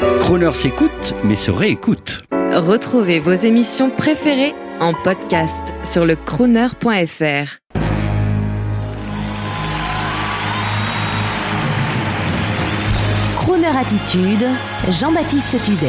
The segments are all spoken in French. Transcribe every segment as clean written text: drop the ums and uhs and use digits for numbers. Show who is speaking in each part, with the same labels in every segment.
Speaker 1: Croner s'écoute, mais se réécoute.
Speaker 2: Retrouvez vos émissions préférées en podcast sur le croner.fr.
Speaker 3: Croner Attitude, Jean-Baptiste Tuzet.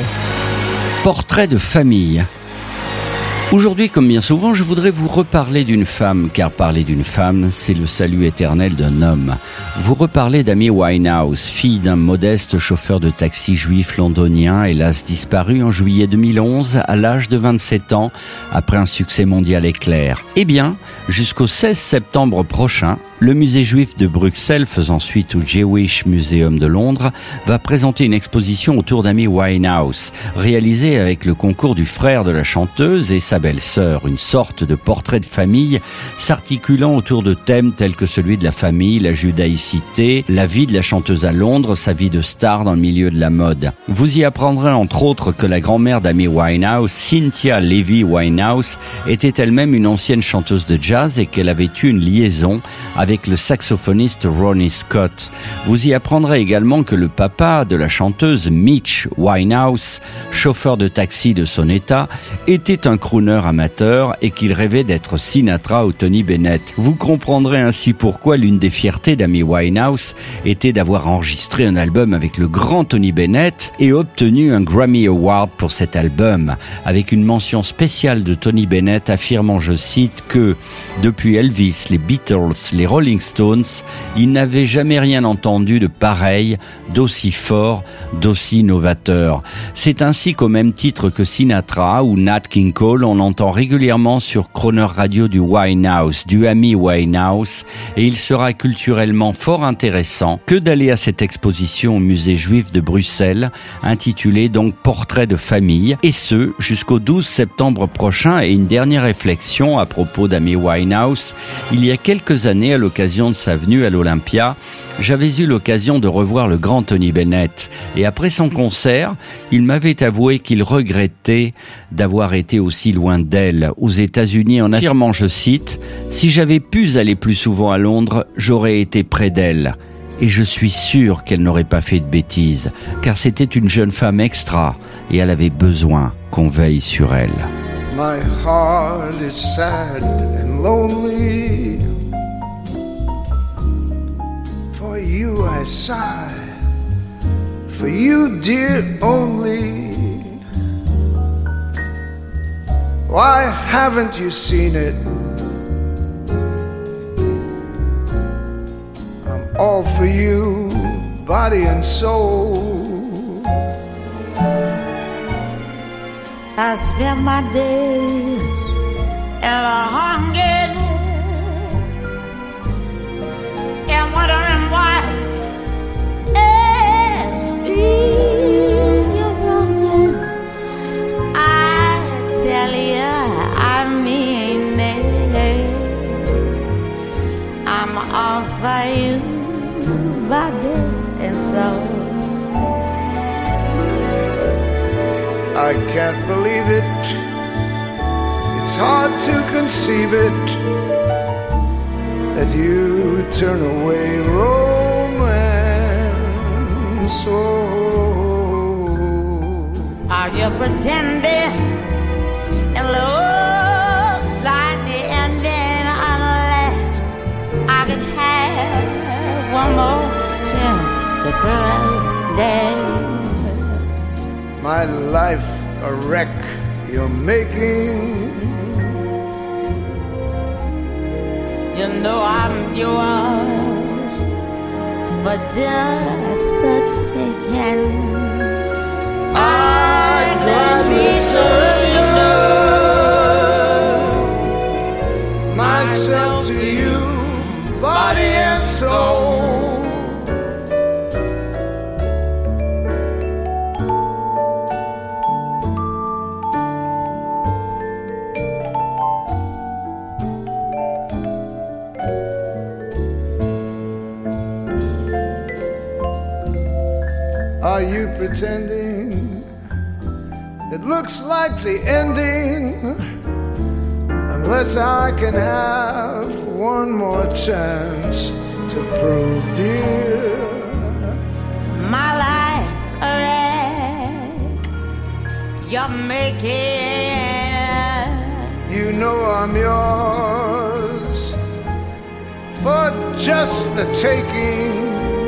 Speaker 1: Portrait de famille. Aujourd'hui, comme bien souvent, je voudrais vous reparler d'une femme, car parler d'une femme, c'est le salut éternel d'un homme. Vous reparler d'Amy Winehouse, fille d'un modeste chauffeur de taxi juif londonien, hélas disparu en juillet 2011, à l'âge de 27 ans, après un succès mondial éclair. Eh bien, jusqu'au 16 septembre prochain, le musée juif de Bruxelles, faisant suite au Jewish Museum de Londres, va présenter une exposition autour d'Amy Winehouse, réalisée avec le concours du frère de la chanteuse et sa belle-sœur, une sorte de portrait de famille s'articulant autour de thèmes tels que celui de la famille, la judaïcité, la vie de la chanteuse à Londres, sa vie de star dans le milieu de la mode. Vous y apprendrez entre autres que la grand-mère d'Amy Winehouse, Cynthia Levy Winehouse, était elle-même une ancienne chanteuse de jazz et qu'elle avait eu une liaison avec le saxophoniste Ronnie Scott. Vous y apprendrez également que le papa de la chanteuse, Mitch Winehouse, chauffeur de taxi de son état, était un crooner amateur et qu'il rêvait d'être Sinatra ou Tony Bennett. Vous comprendrez ainsi pourquoi l'une des fiertés d'Amy Winehouse était d'avoir enregistré un album avec le grand Tony Bennett et obtenu un Grammy Award pour cet album, avec une mention spéciale de Tony Bennett affirmant, je cite, que depuis Elvis, les Beatles, les Rolling Stones, il n'avait jamais rien entendu de pareil, d'aussi fort, d'aussi novateur. C'est ainsi qu'au même titre que Sinatra ou Nat King Cole, on entend régulièrement sur Croner Radio du Winehouse, du Amy Winehouse, et il sera culturellement fort intéressant que d'aller à cette exposition au musée juif de Bruxelles, intitulée donc Portrait de famille, et ce, jusqu'au 12 septembre prochain. Et une dernière réflexion à propos d'Amy Winehouse, il y a quelques années, à l'occasion de sa venue à l'Olympia, j'avais eu l'occasion de revoir le grand Tony Bennett. Et après son concert, il m'avait avoué qu'il regrettait d'avoir été aussi loin d'elle, aux États-Unis, en affirmant, je cite, « Si j'avais pu aller plus souvent à Londres, j'aurais été près d'elle. Et je suis sûr qu'elle n'aurait pas fait de bêtises, car c'était une jeune femme extra et elle avait besoin qu'on veille sur elle. »
Speaker 4: My heart is sad and lonely. For you I sigh, for you dear only. Why haven't you seen it? I'm all for you, body and soul.
Speaker 5: I spend my days in a hunger and wondering why it's you're wrong. I tell you, I mean it. I'm all for you, body and soul.
Speaker 4: I can't believe it. It's hard to conceive it that you turn away romance. Oh.
Speaker 5: Are you pretending? It looks like the ending unless I could have one more chance to pretend.
Speaker 4: My life a wreck you're making.
Speaker 5: You know I'm yours for just the taking.
Speaker 4: I'd gladly surrender myself to you, body and soul. Are you pretending? It looks like the ending, unless I can have one more chance to prove, dear,
Speaker 5: my life a wreck got me kid.
Speaker 4: You know I'm yours for just the taking.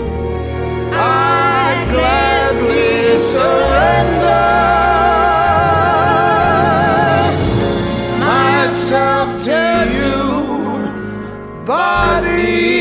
Speaker 4: I gladly surrender myself to you, body